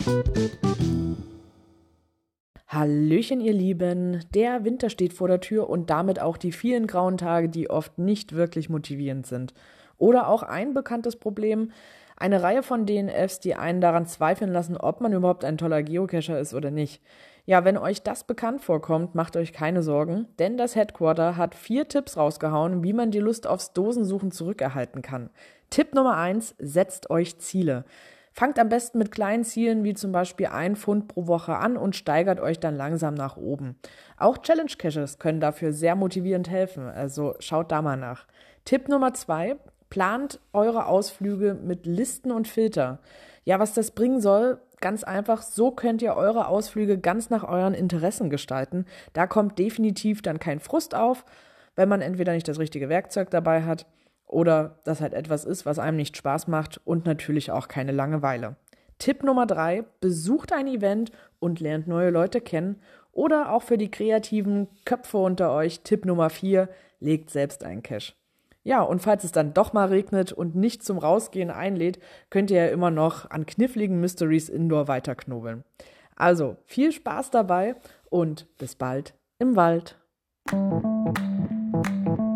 Hallöchen, ihr Lieben. Der Winter steht vor der Tür und damit auch die vielen grauen Tage, die oft nicht wirklich motivierend sind. Oder auch ein bekanntes Problem, eine Reihe von DNFs, die einen daran zweifeln lassen, ob man überhaupt ein toller Geocacher ist oder nicht. Ja, wenn euch das bekannt vorkommt, macht euch keine Sorgen, denn das Headquarter hat 4 Tipps rausgehauen, wie man die Lust aufs Dosensuchen zurückerhalten kann. Tipp Nummer 1: Setzt euch Ziele. Fangt am besten mit kleinen Zielen wie zum Beispiel 1 Pfund pro Woche an und steigert euch dann langsam nach oben. Auch Challenge Caches können dafür sehr motivierend helfen, also schaut da mal nach. Tipp Nummer 2: Plant eure Ausflüge mit Listen und Filter. Ja, was das bringen soll, ganz einfach, so könnt ihr eure Ausflüge ganz nach euren Interessen gestalten. Da kommt definitiv dann kein Frust auf, wenn man entweder nicht das richtige Werkzeug dabei hat oder das halt etwas ist, was einem nicht Spaß macht und natürlich auch keine Langeweile. Tipp Nummer 3: Besucht ein Event und lernt neue Leute kennen. Oder auch für die kreativen Köpfe unter euch, Tipp Nummer 4: Legt selbst einen Cache. Ja, und falls es dann doch mal regnet und nicht zum Rausgehen einlädt, könnt ihr ja immer noch an kniffligen Mysteries Indoor weiterknobeln. Also, viel Spaß dabei und bis bald im Wald.